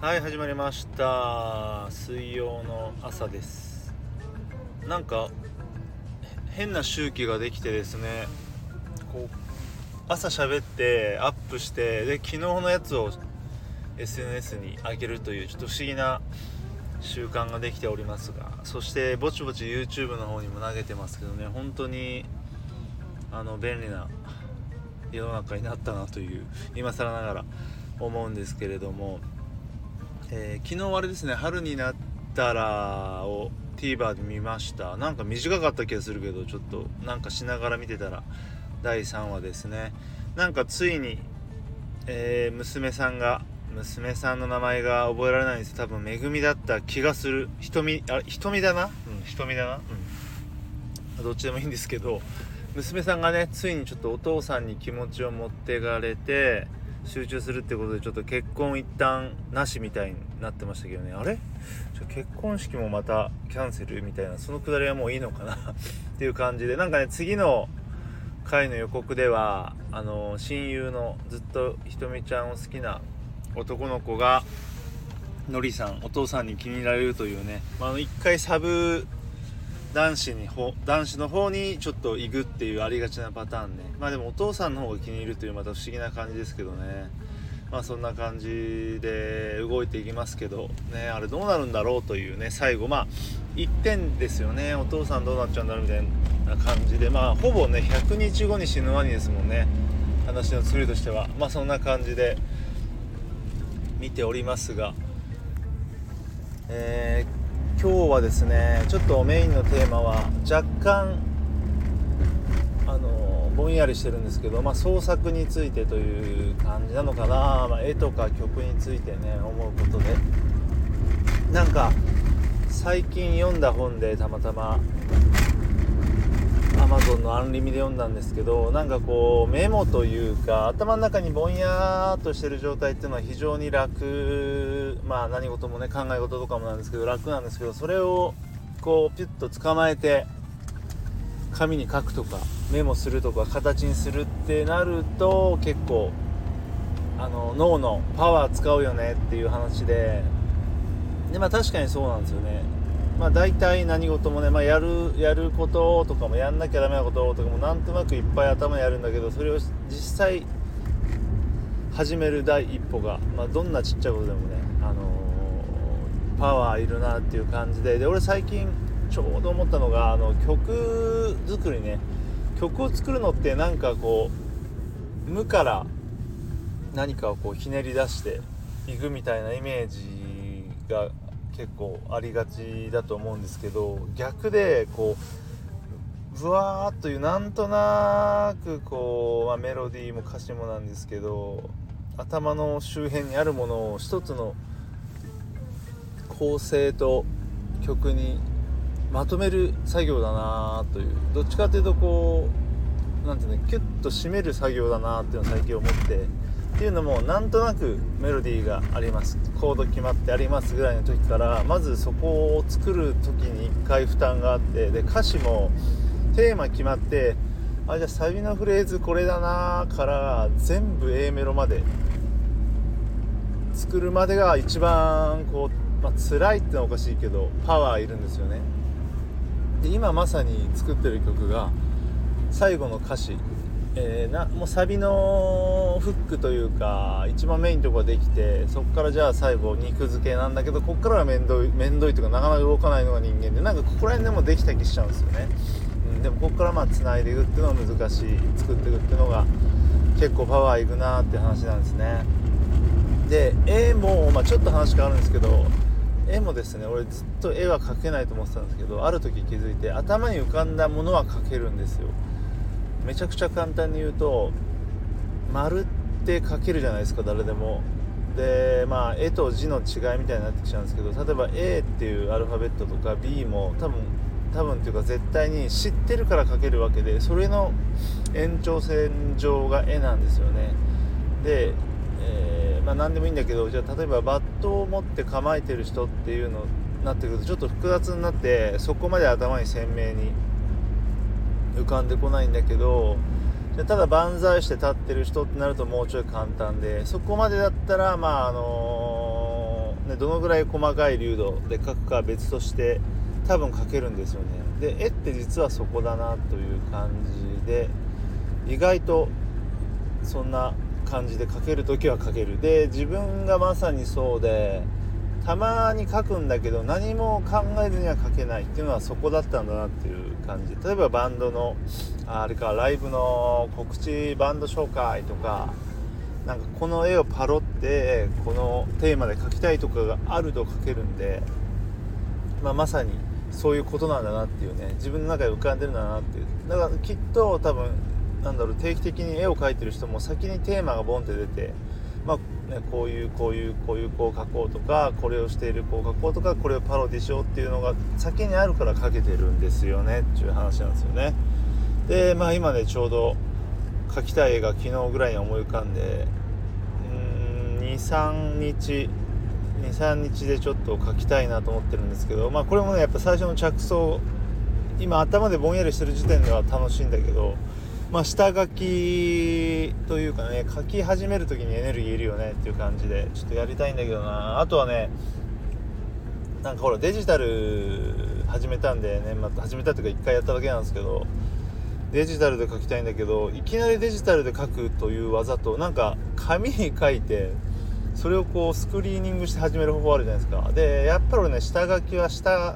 はい、始まりました。水曜の朝です。なんか変な周期ができてですね、こう朝喋ってアップして、で昨日のやつを SNS に上げるというちょっと不思議な習慣ができておりますが、そしてぼちぼち YouTube の方にも投げてますけどね、本当に便利な世の中になったなという今更ながら思うんですけれども、昨日あれですね、春になったらを TVer で見ました。なんか短かった気がするけど、ちょっとなんかしながら見てたら第3話ですね。なんかついに、娘さんの名前が覚えられないんです。多分めぐみだった気がする。ひとみだな、ひとみだな、どっちでもいいんですけど、娘さんがね、ついにちょっとお父さんに気持ちを持ってかれて集中するってことで、ちょっと結婚一旦なしみたいになってましたけどね。あれ結婚式もまたキャンセルみたいな、そのくだりはもういいのかなっていう感じで、なんかね、次の回の予告では親友のずっとひとみちゃんを好きな男の子がのりさん、お父さんに気に入られるというね、一回サブ男子の方にちょっと行くっていうありがちなパターンね。でもお父さんの方が気に入るというまた不思議な感じですけどね。そんな感じで動いていきますけどね、あれどうなるんだろうというね、最後1点ですよね。お父さんどうなっちゃうんだろうみたいな感じで、ほぼね100日後に死ぬワニですもんね、話の作りとしては。そんな感じで見ておりますが、今日はですね、ちょっとメインのテーマは若干ぼんやりしてるんですけど、創作についてという感じなのかな。絵とか曲についてね思うことで、なんか最近読んだ本でたまたま Amazon のアンリミで読んだんですけど、なんかこうメモというか頭の中にぼんやーっとしてる状態っていうのは非常に楽、何事もね、考え事とかもなんですけど楽なんですけど、それをこうピュッと捕まえて紙に書くとかメモするとか形にするってなると、結構脳のパワー使うよねっていう話で、確かにそうなんですよね。大体何事もね、やることとかもやんなきゃダメなこととかもなんとなくいっぱい頭にあるんだけど、それを実際始める第一歩が、どんなちっちゃいことでもね、パワーいるなっていう感じで、俺最近ちょうど思ったのが、曲作りね。曲を作るのってなんかこう無から何かをこうひねり出していくみたいなイメージが結構ありがちだと思うんですけど、逆でこうブワーっというなんとなくこう、メロディーも歌詞もなんですけど、頭の周辺にあるものを一つの構成と曲にまとめる作業だなという、どっちかというとこうなんていうの、キュッと締める作業だなっていうのを最近思って、っていうのもなんとなくメロディーがあります、コード決まってありますぐらいの時から、まずそこを作る時に一回負担があって、で歌詞もテーマ決まって、じゃあサビのフレーズこれだなから全部 A メロまで作るまでが一番こう、辛いってのはおかしいけどパワーいるんですよね。で今まさに作ってる曲が最後の歌詞、もうサビのフックというか一番メインのところができて、そこからじゃあ最後肉付けなんだけど、ここからはめんどいというかなかなか動かないのが人間で、なんかここら辺でもできた気しちゃうんですよね。でもここから繋いでいくっていうのは難しい、作っていくっていうのが結構パワーいくなって話なんですね。で絵も、ちょっと話変わるんですけど、絵もですね、俺ずっと絵は描けないと思ってたんですけど、ある時気づいて頭に浮かんだものは描けるんですよ。めちゃくちゃ簡単に言うと、丸って描けるじゃないですか、誰でも。で絵と字の違いみたいになってきちゃうんですけど、例えば A っていうアルファベットとか B も多分っていうか絶対に知ってるから描けるわけで、それの延長線上が絵なんですよね。で何でもいいんだけど、じゃあ例えばバットを持って構えてる人っていうのになってくるとちょっと複雑になって、そこまで頭に鮮明に浮かんでこないんだけど、じゃあただ万歳して立ってる人ってなるともうちょい簡単で、そこまでだったらね、どのぐらい細かい流度で描くかは別として多分描けるんですよね。で絵って実はそこだなという感じで、意外とそんな感じで描けるときは描ける。で自分がまさにそうで、たまに描くんだけど何も考えずには描けないっていうのはそこだったんだなっていう感じで、例えばバンドのあれかライブの告知、バンド紹介とか、なんかこの絵をパロってこのテーマで描きたいとかがあると描けるんで、まさにそういうことなんだなっていうね、自分の中で浮かんでるんだなっていう。だからきっと多分定期的に絵を描いてる人も先にテーマがボンって出て、こういう子を描こうとか、これをしている子を描こうとか、これをパロディしようっていうのが先にあるから描けてるんですよねっていう話なんですよね。で今ねちょうど描きたい絵が昨日ぐらいに思い浮かんで、23日でちょっと描きたいなと思ってるんですけど、これもねやっぱ最初の着想、今頭でぼんやりしてる時点では楽しいんだけど、下書きというかね、書き始める時にエネルギーいるよねっていう感じでちょっとやりたいんだけどな。あとはね、なんかほらデジタル始めたんでね、始めたというか1回やっただけなんですけど、デジタルで書きたいんだけど、いきなりデジタルで書くという技と、なんか紙に書いてそれをこうスクリーニングして始める方法あるじゃないですか。でやっぱり俺ね、下書きは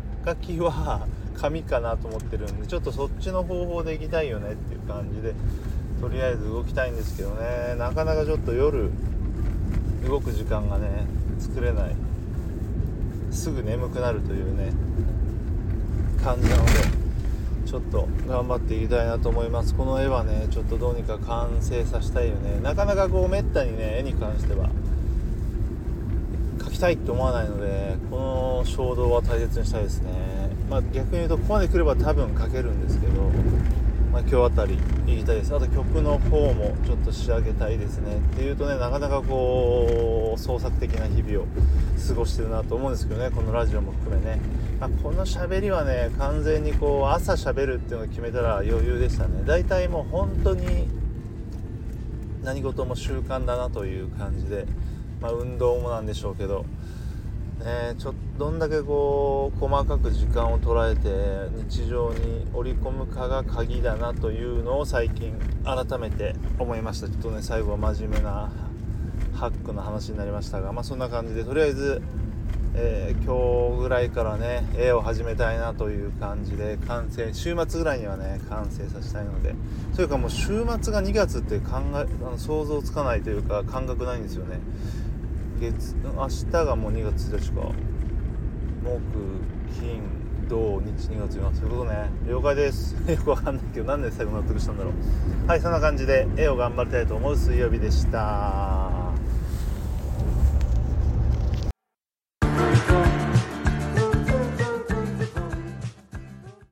紙かなと思ってるんで、ちょっとそっちの方法でいきたいよねっていう感じで、とりあえず動きたいんですけどね、なかなかちょっと夜動く時間がね作れない、すぐ眠くなるというね感じなので、ちょっと頑張っていきたいなと思います。この絵はねちょっとどうにか完成させたいよね。なかなかこうめったにね絵に関しては描きたいって思わないので、この衝動は大切にしたいですね。逆に言うとここまで来れば多分描けるんですけど、今日あたり言いたいです。あと曲の方もちょっと仕上げたいですねっていうとね、なかなかこう創作的な日々を過ごしてるなと思うんですけどね、このラジオも含めね。この喋りはね完全にこう朝喋るっていうのを決めたら余裕でしたね。だいたいもう本当に何事も習慣だなという感じで、運動もなんでしょうけどどんだけこう細かく時間を捉えて日常に織り込むかが鍵だなというのを最近改めて思いました。ちょっとね最後は真面目なハックの話になりましたが、そんな感じでとりあえず、今日ぐらいからね絵を始めたいなという感じで、週末ぐらいにはね完成させたいので、というかもう週末が2月って想像つかないというか感覚ないんですよね。明日がもう2月1日か、木金土日2月4日、そういうことね。了解です。よくわかんないけどなんで最後納得したんだろう。はい、そんな感じで絵を頑張りたいと思う水曜日でした。